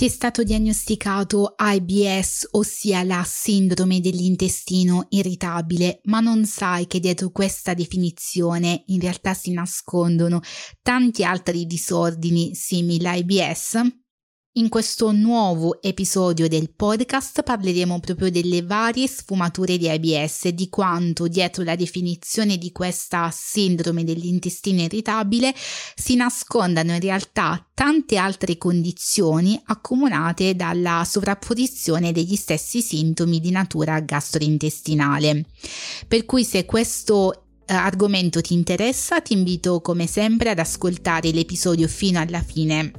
Ti è stato diagnosticato IBS, ossia la sindrome dell'intestino irritabile, ma non sai che dietro questa definizione in realtà si nascondono tanti altri disordini simili a IBS? In questo nuovo episodio del podcast parleremo proprio delle varie sfumature di IBS e di quanto dietro la definizione di questa sindrome dell'intestino irritabile si nascondano in realtà tante altre condizioni accomunate dalla sovrapposizione degli stessi sintomi di natura gastrointestinale. Per cui se questo argomento ti interessa, ti invito come sempre ad ascoltare l'episodio fino alla fine.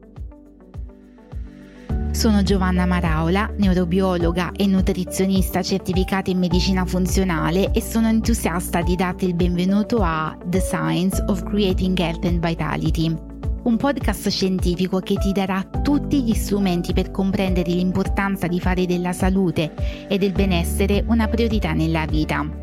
Sono Giovanna Maraola, neurobiologa e nutrizionista certificata in medicina funzionale e sono entusiasta di darti il benvenuto a The Science of Creating Health and Vitality, un podcast scientifico che ti darà tutti gli strumenti per comprendere l'importanza di fare della salute e del benessere una priorità nella vita.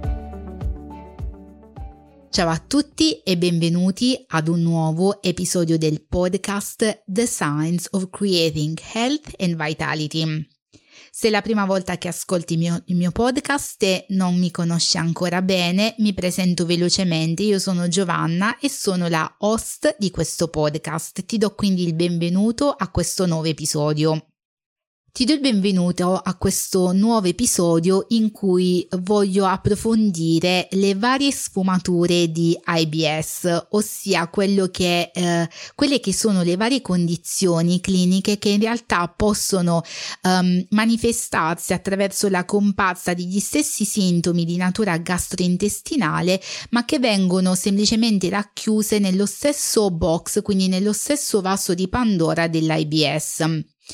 Ciao a tutti e benvenuti ad un nuovo episodio del podcast The Science of Creating Health and Vitality. Se è la prima volta che ascolti il mio podcast e non mi conosci ancora bene, mi presento velocemente. Io sono Giovanna e sono la host di questo podcast. Ti do quindi il benvenuto a questo nuovo episodio. Ti do il benvenuto a questo nuovo episodio in cui voglio approfondire le varie sfumature di IBS, ossia quelle che sono le varie condizioni cliniche che in realtà possono manifestarsi attraverso la comparsa degli stessi sintomi di natura gastrointestinale, ma che vengono semplicemente racchiuse nello stesso box, quindi nello stesso vaso di Pandora dell'IBS.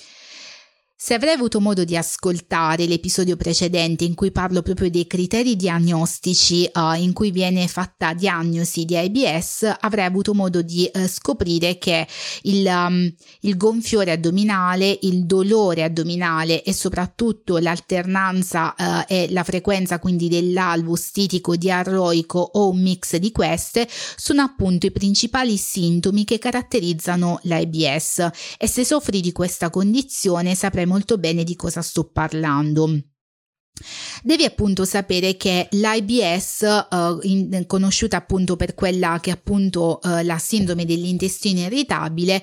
Se avrai avuto modo di ascoltare l'episodio precedente in cui parlo proprio dei criteri diagnostici in cui viene fatta diagnosi di IBS, avrai avuto modo di scoprire che il gonfiore addominale, il dolore addominale e soprattutto l'alternanza e la frequenza quindi dell'alvus titico diarroico o un mix di queste sono appunto i principali sintomi che caratterizzano l'IBS e se soffri di questa condizione saprai molto bene di cosa sto parlando. Devi appunto sapere che l'IBS, conosciuta appunto per quella che è appunto la sindrome dell'intestino irritabile,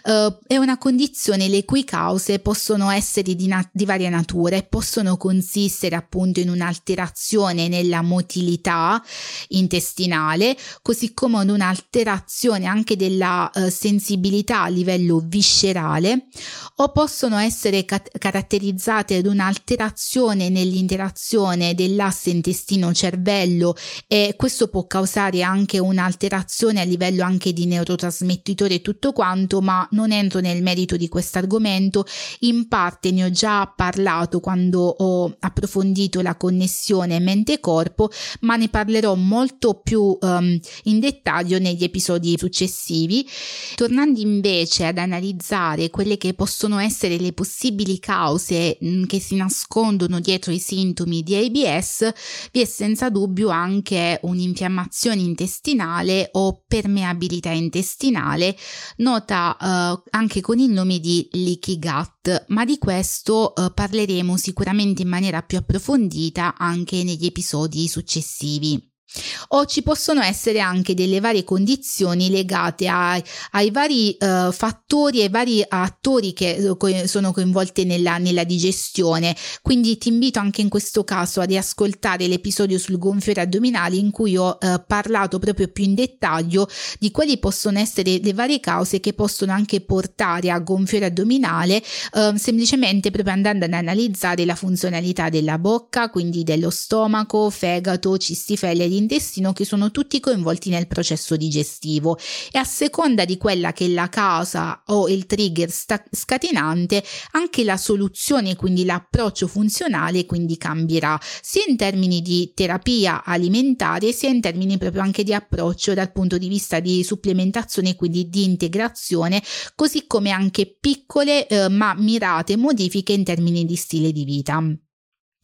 è una condizione le cui cause possono essere di varia natura e possono consistere appunto in un'alterazione nella motilità intestinale, così come in un'alterazione anche della sensibilità a livello viscerale, o possono essere caratterizzate ad un'alterazione nell'interazione dell'asse intestino-cervello e questo può causare anche un'alterazione a livello anche di neurotrasmettitori e tutto quanto, ma non entro nel merito di questo argomento. In parte ne ho già parlato quando ho approfondito la connessione mente-corpo, ma ne parlerò molto più in dettaglio negli episodi successivi. Tornando invece ad analizzare quelle che possono essere le possibili cause che si nascondono dietro i sintomi di IBS, vi è senza dubbio anche un'infiammazione intestinale o permeabilità intestinale, nota anche con il nome di leaky gut, ma di questo parleremo sicuramente in maniera più approfondita anche negli episodi successivi. O ci possono essere anche delle varie condizioni legate ai vari fattori e vari attori che sono coinvolti nella digestione, quindi ti invito anche in questo caso a riascoltare l'episodio sul gonfiore addominale in cui ho parlato proprio più in dettaglio di quali possono essere le varie cause che possono anche portare a gonfiore addominale, semplicemente proprio andando ad analizzare la funzionalità della bocca, quindi dello stomaco, fegato, cistifelle di intestino, che sono tutti coinvolti nel processo digestivo, e a seconda di quella che è la causa o il trigger scatenante anche la soluzione, quindi l'approccio funzionale quindi cambierà sia in termini di terapia alimentare sia in termini proprio anche di approccio dal punto di vista di supplementazione e quindi di integrazione, così come anche piccole ma mirate modifiche in termini di stile di vita.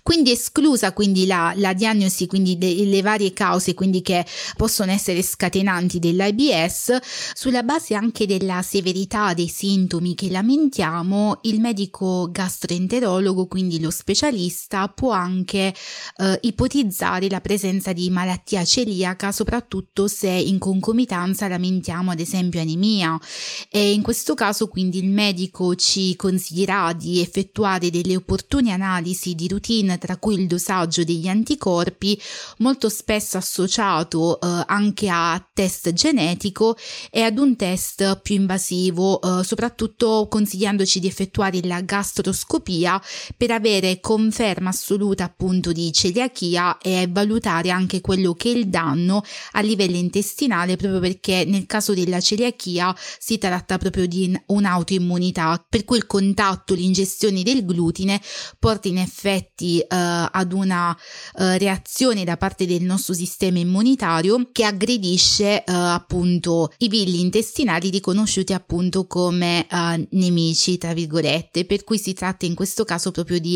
Quindi esclusa quindi la diagnosi quindi delle varie cause quindi che possono essere scatenanti dell'IBS, sulla base anche della severità dei sintomi che lamentiamo, il medico gastroenterologo, quindi lo specialista, può anche ipotizzare la presenza di malattia celiaca, soprattutto se in concomitanza lamentiamo ad esempio anemia, e in questo caso quindi il medico ci consiglierà di effettuare delle opportune analisi di routine, tra cui il dosaggio degli anticorpi, molto spesso associato anche a test genetico e ad un test più invasivo, soprattutto consigliandoci di effettuare la gastroscopia per avere conferma assoluta appunto di celiachia e valutare anche quello che è il danno a livello intestinale, proprio perché nel caso della celiachia si tratta proprio di un'autoimmunità, per cui il contatto, l'ingestione del glutine porta in effetti ad una reazione da parte del nostro sistema immunitario che aggredisce appunto i villi intestinali riconosciuti appunto come nemici, tra virgolette, per cui si tratta in questo caso proprio di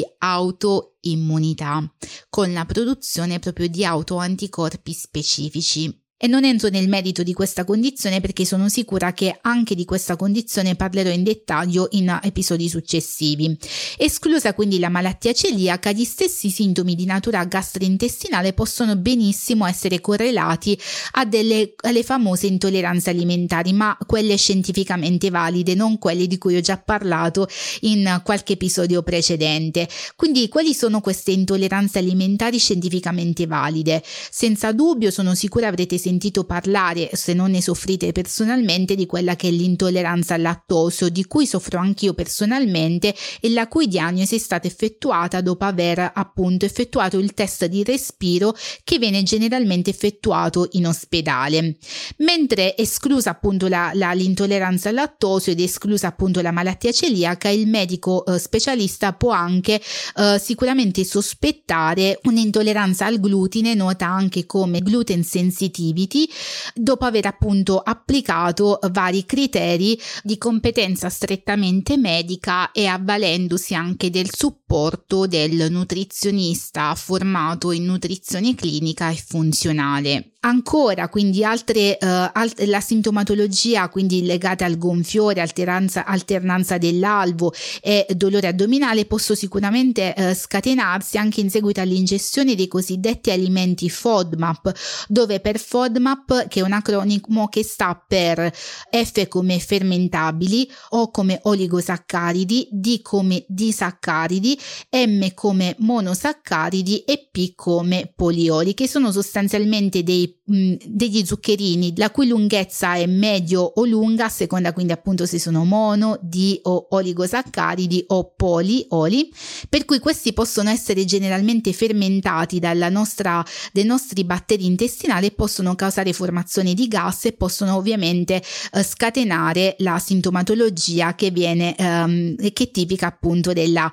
autoimmunità con la produzione proprio di autoanticorpi specifici. E non entro nel merito di questa condizione perché sono sicura che anche di questa condizione parlerò in dettaglio in episodi successivi. Esclusa quindi la malattia celiaca, gli stessi sintomi di natura gastrointestinale possono benissimo essere correlati alle famose intolleranze alimentari, ma quelle scientificamente valide, non quelle di cui ho già parlato in qualche episodio precedente. Quindi quali sono queste intolleranze alimentari scientificamente valide? Senza dubbio sono sicura avrete sentito parlare, se non ne soffrite personalmente, di quella che è l'intolleranza al lattosio, di cui soffro anch'io personalmente e la cui diagnosi è stata effettuata dopo aver appunto effettuato il test di respiro che viene generalmente effettuato in ospedale. Mentre esclusa appunto l'intolleranza al lattosio ed esclusa appunto la malattia celiaca, il medico specialista può anche sicuramente sospettare un'intolleranza al glutine, nota anche come gluten sensitivity, dopo aver appunto applicato vari criteri di competenza strettamente medica e avvalendosi anche del supporto del nutrizionista formato in nutrizione clinica e funzionale. Ancora, quindi la sintomatologia quindi legata al gonfiore, alternanza dell'alvo e dolore addominale posso sicuramente scatenarsi anche in seguito all'ingestione dei cosiddetti alimenti FODMAP, dove per FODMAP, che è un acronimo che sta per F come fermentabili, O come oligosaccaridi, D come disaccaridi, M come monosaccaridi e P come polioli, che sono sostanzialmente degli zuccherini la cui lunghezza è medio o lunga a seconda quindi appunto se sono mono, di o oligosaccaridi o polioli, per cui questi possono essere generalmente fermentati dai nostri batteri intestinali e possono causare formazione di gas e possono ovviamente scatenare la sintomatologia che viene che è tipica appunto della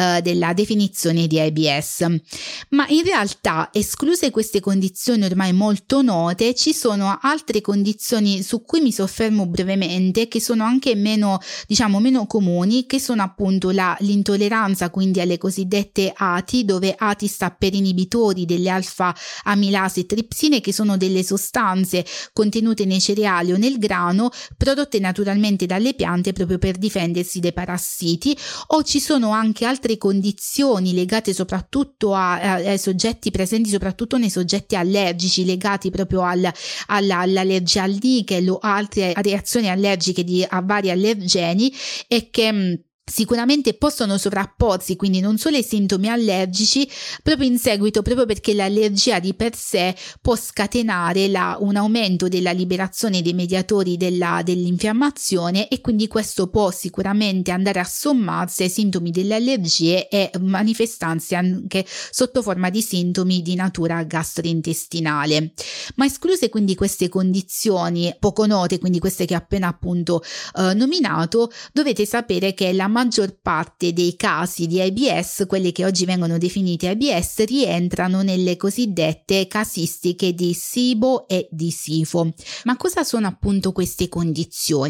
definizione di IBS. Ma in realtà, escluse queste condizioni ormai molto note, ci sono altre condizioni su cui mi soffermo brevemente, che sono anche meno comuni, che sono appunto l'intolleranza quindi alle cosiddette ATI, dove ATI sta per inibitori delle alfa amilasi e tripsine, che sono delle sostanze contenute nei cereali o nel grano, prodotte naturalmente dalle piante proprio per difendersi dai parassiti. O ci sono anche altre condizioni legate soprattutto ai soggetti presenti soprattutto nei soggetti allergici, legati proprio all'allergia al nichel o altre reazioni allergiche a vari allergeni, e che sicuramente possono sovrapporsi quindi non solo ai sintomi allergici proprio perché l'allergia di per sé può scatenare un aumento della liberazione dei mediatori dell'infiammazione, e quindi questo può sicuramente andare a sommarsi ai sintomi delle allergie e manifestarsi anche sotto forma di sintomi di natura gastrointestinale. Ma escluse quindi queste condizioni poco note, quindi queste che ho appena appunto nominato, dovete sapere che la maggior parte dei casi di IBS, quelli che oggi vengono definiti IBS, rientrano nelle cosiddette casistiche di SIBO e di SIFO. Ma cosa sono appunto queste condizioni?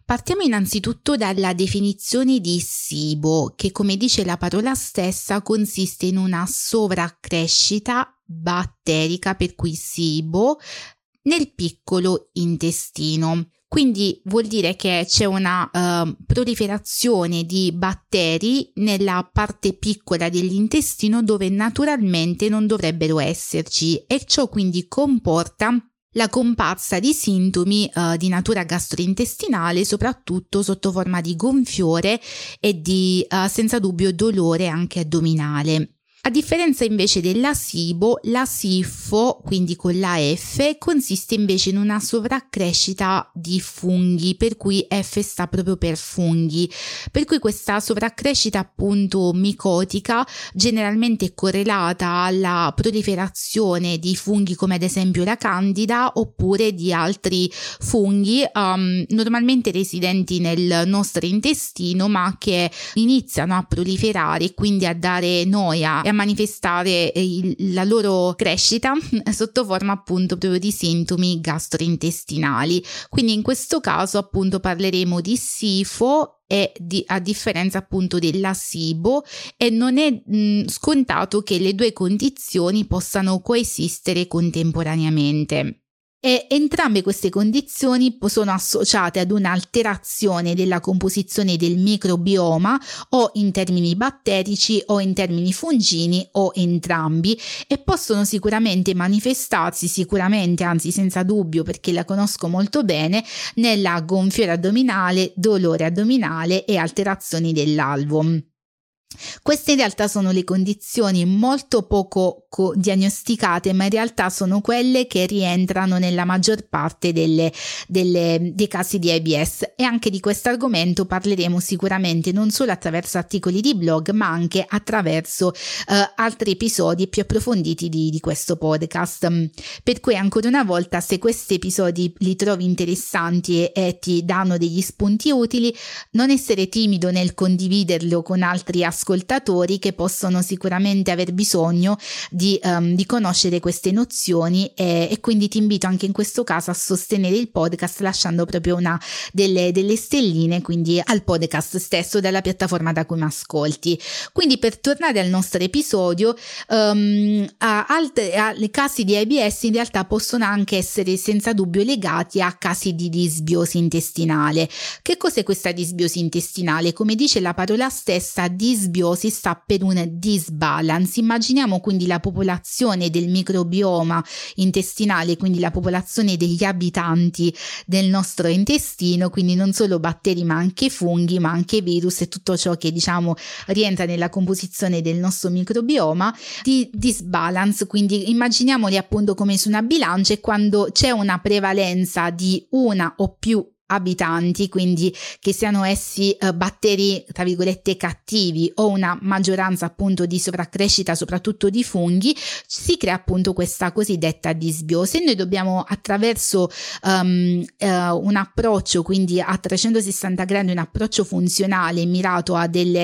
Partiamo innanzitutto dalla definizione di SIBO, che come dice la parola stessa consiste in una sovraccrescita batterica, per cui SIBO, nel piccolo intestino. Quindi vuol dire che c'è una proliferazione di batteri nella parte piccola dell'intestino dove naturalmente non dovrebbero esserci, e ciò quindi comporta la comparsa di sintomi di natura gastrointestinale, soprattutto sotto forma di gonfiore e di senza dubbio dolore anche addominale. A differenza invece della SIBO, la SIFO, quindi con la F, consiste invece in una sovraccrescita di funghi, per cui F sta proprio per funghi, per cui questa sovraccrescita appunto micotica generalmente è correlata alla proliferazione di funghi come ad esempio la Candida oppure di altri funghi normalmente residenti nel nostro intestino, ma che iniziano a proliferare e quindi a dare noia, a manifestare la loro crescita sotto forma appunto proprio di sintomi gastrointestinali. Quindi in questo caso appunto parleremo di SIFO a differenza appunto della SIBO, e non è scontato che le due condizioni possano coesistere contemporaneamente. E entrambe queste condizioni sono associate ad un'alterazione della composizione del microbioma, o in termini batterici o in termini fungini o entrambi, e possono sicuramente manifestarsi, anzi senza dubbio perché la conosco molto bene, nella gonfiore addominale, dolore addominale e alterazioni dell'alvo. Queste in realtà sono le condizioni molto poco diagnosticate, ma in realtà sono quelle che rientrano nella maggior parte dei casi di IBS, e anche di questo argomento parleremo sicuramente non solo attraverso articoli di blog, ma anche attraverso altri episodi più approfonditi di questo podcast. Per cui ancora una volta, se questi episodi li trovi interessanti e ti danno degli spunti utili, non essere timido nel condividerlo con altri ascoltatori che possono sicuramente aver bisogno di conoscere queste nozioni, e quindi ti invito anche in questo caso a sostenere il podcast lasciando proprio delle stelline quindi al podcast stesso, dalla piattaforma da cui mi ascolti. Quindi, per tornare al nostro episodio, i casi di IBS in realtà possono anche essere senza dubbio legati a casi di disbiosi intestinale. Che cos'è questa disbiosi intestinale? Come dice la parola stessa, disbiosi sta per un disbalance. Immaginiamo quindi la popolazione del microbioma intestinale, quindi la popolazione degli abitanti del nostro intestino, quindi non solo batteri ma anche funghi, ma anche virus e tutto ciò che rientra nella composizione del nostro microbioma, di disbalance. Quindi immaginiamoli appunto come su una bilancia, e quando c'è una prevalenza di una o più abitanti, quindi che siano essi batteri tra virgolette cattivi o una maggioranza appunto di sovraccrescita soprattutto di funghi, si crea appunto questa cosiddetta disbiosi. E noi dobbiamo, attraverso un approccio quindi a 360 gradi, un approccio funzionale mirato a delle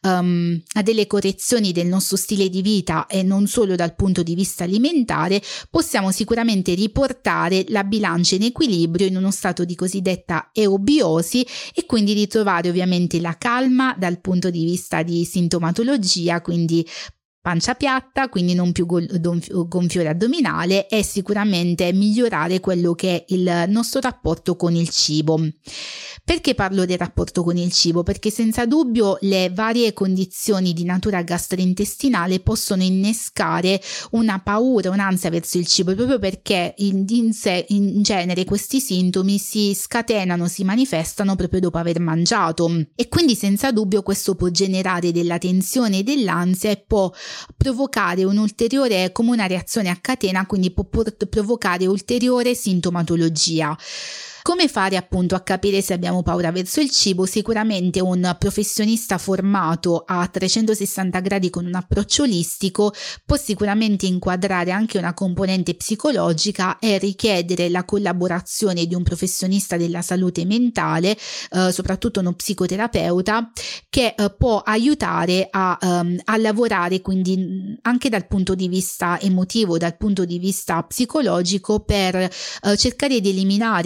correzioni del nostro stile di vita e non solo dal punto di vista alimentare, possiamo sicuramente riportare la bilancia in equilibrio in uno stato di cosiddetta eubiosi, e quindi ritrovare ovviamente la calma dal punto di vista di sintomatologia, quindi pancia piatta, quindi non più gonfiore addominale, e sicuramente migliorare quello che è il nostro rapporto con il cibo. Perché parlo del rapporto con il cibo? Perché senza dubbio le varie condizioni di natura gastrointestinale possono innescare una paura, un'ansia verso il cibo, proprio perché in genere questi sintomi si scatenano, si manifestano proprio dopo aver mangiato, e quindi senza dubbio questo può generare della tensione e dell'ansia, e può provocare un'ulteriore, come una reazione a catena, quindi può provocare ulteriore sintomatologia. Come fare appunto a capire se abbiamo paura verso il cibo? Sicuramente un professionista formato a 360 gradi con un approccio olistico può sicuramente inquadrare anche una componente psicologica e richiedere la collaborazione di un professionista della salute mentale, soprattutto uno psicoterapeuta, che può aiutare a lavorare quindi anche dal punto di vista emotivo, dal punto di vista psicologico, per cercare di eliminare, di attenuare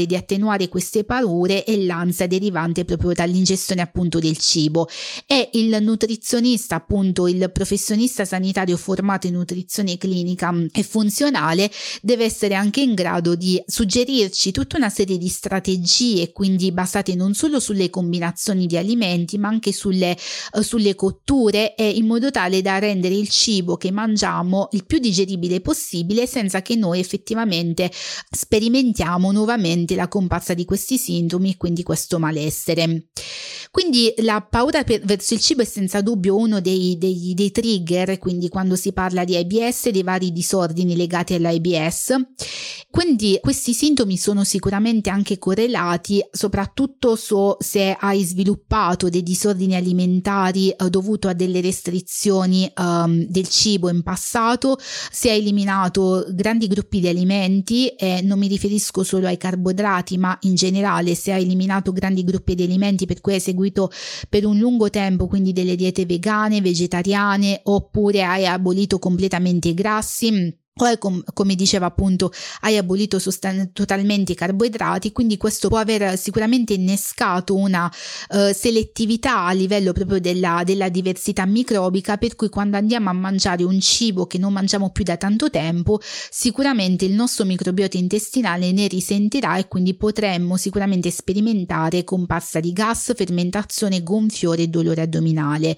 attenuare queste paure e l'ansia derivante proprio dall'ingestione appunto del cibo. E il nutrizionista, appunto il professionista sanitario formato in nutrizione clinica e funzionale, deve essere anche in grado di suggerirci tutta una serie di strategie, quindi basate non solo sulle combinazioni di alimenti ma anche sulle cotture, e in modo tale da rendere il cibo che mangiamo il più digeribile possibile senza che noi effettivamente sperimentiamo nuovamente la comparsa di questi sintomi e quindi questo malessere. Quindi la paura verso il cibo è senza dubbio uno dei trigger, quindi quando si parla di IBS, dei vari disordini legati all'IBS. Quindi questi sintomi sono sicuramente anche correlati, soprattutto se hai sviluppato dei disordini alimentari dovuto a delle restrizioni del cibo in passato, se hai eliminato grandi gruppi di alimenti, e non mi riferisco solo ai carboidrati ma in generale se hai eliminato grandi gruppi di alimenti per cui hai seguito per un lungo tempo quindi delle diete vegane, vegetariane, oppure hai abolito completamente i grassi, o come diceva appunto hai abolito totalmente i carboidrati. Quindi questo può aver sicuramente innescato una selettività a livello proprio della diversità microbica, per cui quando andiamo a mangiare un cibo che non mangiamo più da tanto tempo, sicuramente il nostro microbiota intestinale ne risentirà e quindi potremmo sicuramente sperimentare comparsa di gas, fermentazione, gonfiore e dolore addominale.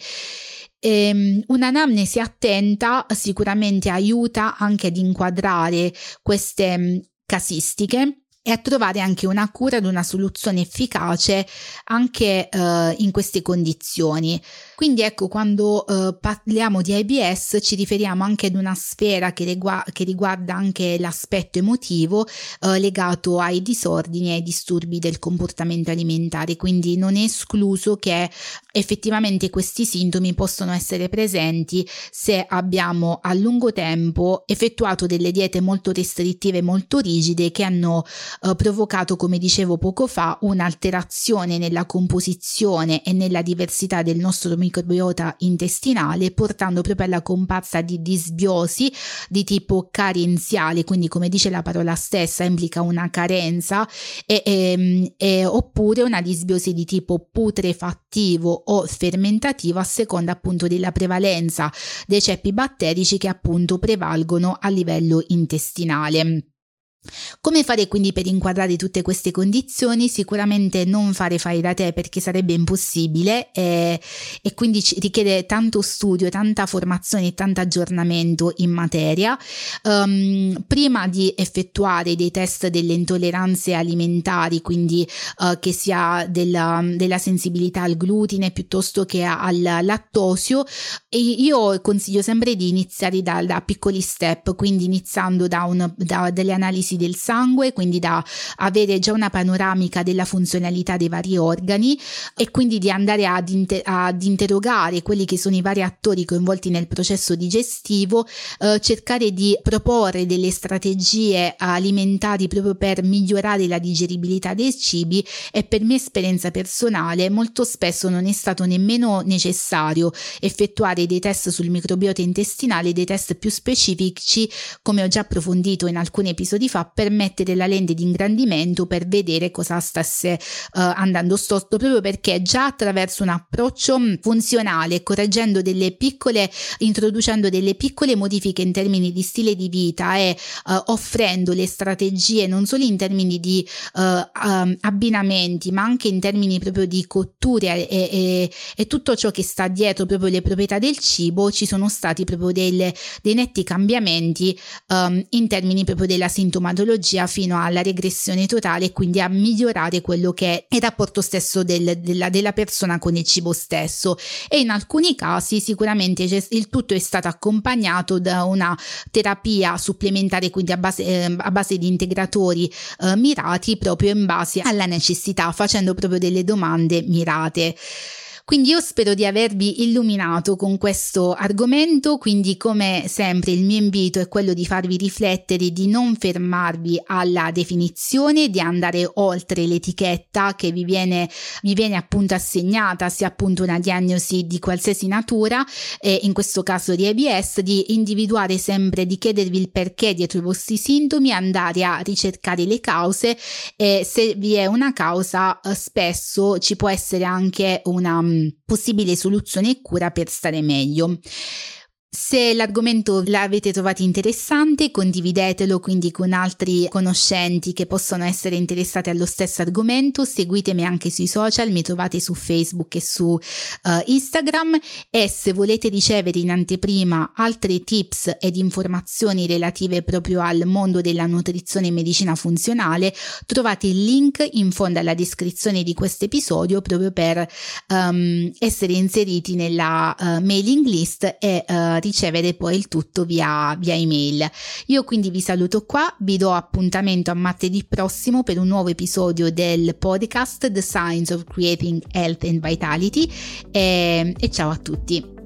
Un'anamnesi attenta sicuramente aiuta anche ad inquadrare queste casistiche e a trovare anche una cura ed una soluzione efficace anche in queste condizioni. Quindi ecco, quando parliamo di IBS ci riferiamo anche ad una sfera che riguarda anche l'aspetto emotivo legato ai disordini e ai disturbi del comportamento alimentare, quindi non è escluso che effettivamente questi sintomi possono essere presenti se abbiamo a lungo tempo effettuato delle diete molto restrittive, molto rigide, che hanno provocato, come dicevo poco fa, un'alterazione nella composizione e nella diversità del nostro microbiota intestinale, portando proprio alla comparsa di disbiosi di tipo carenziale, quindi come dice la parola stessa implica una carenza, oppure una disbiosi di tipo putrefattivo o fermentativo, a seconda appunto della prevalenza dei ceppi batterici che appunto prevalgono a livello intestinale. Come fare quindi per inquadrare tutte queste condizioni? Sicuramente non fare fai da te, perché sarebbe impossibile e quindi richiede tanto studio, tanta formazione e tanto aggiornamento in materia. Prima di effettuare dei test delle intolleranze alimentari, quindi che sia della sensibilità al glutine piuttosto che al lattosio, io consiglio sempre di iniziare da piccoli step, quindi iniziando da delle analisi del sangue, quindi da avere già una panoramica della funzionalità dei vari organi, e quindi di andare ad interrogare quelli che sono i vari attori coinvolti nel processo digestivo, cercare di proporre delle strategie alimentari proprio per migliorare la digeribilità dei cibi. E per mia esperienza personale molto spesso non è stato nemmeno necessario effettuare dei test sul microbiota intestinale, dei test più specifici, come ho già approfondito in alcuni episodi fa, per mettere la lente di ingrandimento per vedere cosa stesse andando storto, proprio perché già attraverso un approccio funzionale, introducendo delle piccole modifiche in termini di stile di vita e offrendo le strategie non solo in termini di abbinamenti ma anche in termini proprio di cotture e tutto ciò che sta dietro proprio le proprietà del cibo, ci sono stati proprio dei netti cambiamenti in termini proprio della sintomatologia fino alla regressione totale, e quindi a migliorare quello che è il rapporto stesso della persona con il cibo stesso. E in alcuni casi sicuramente il tutto è stato accompagnato da una terapia supplementare, quindi a base di integratori mirati proprio in base alla necessità, facendo proprio delle domande mirate. Quindi io spero di avervi illuminato con questo argomento, quindi come sempre il mio invito è quello di farvi riflettere, di non fermarvi alla definizione, di andare oltre l'etichetta che vi viene appunto assegnata, sia appunto una diagnosi di qualsiasi natura, in questo caso di IBS, di individuare sempre, di chiedervi il perché dietro i vostri sintomi, andare a ricercare le cause, e se vi è una causa spesso ci può essere anche una possibile soluzione e cura per stare meglio. Se l'argomento l'avete trovato interessante, condividetelo quindi con altri conoscenti che possono essere interessati allo stesso argomento. Seguitemi anche sui social, mi trovate su Facebook e su Instagram, e se volete ricevere in anteprima altri tips ed informazioni relative proprio al mondo della nutrizione e medicina funzionale, trovate il link in fondo alla descrizione di questo episodio proprio per essere inseriti nella mailing list e ricevere poi il tutto via email. Io quindi vi saluto qua, vi do appuntamento a martedì prossimo per un nuovo episodio del podcast The Science of Creating Health and Vitality, e ciao a tutti.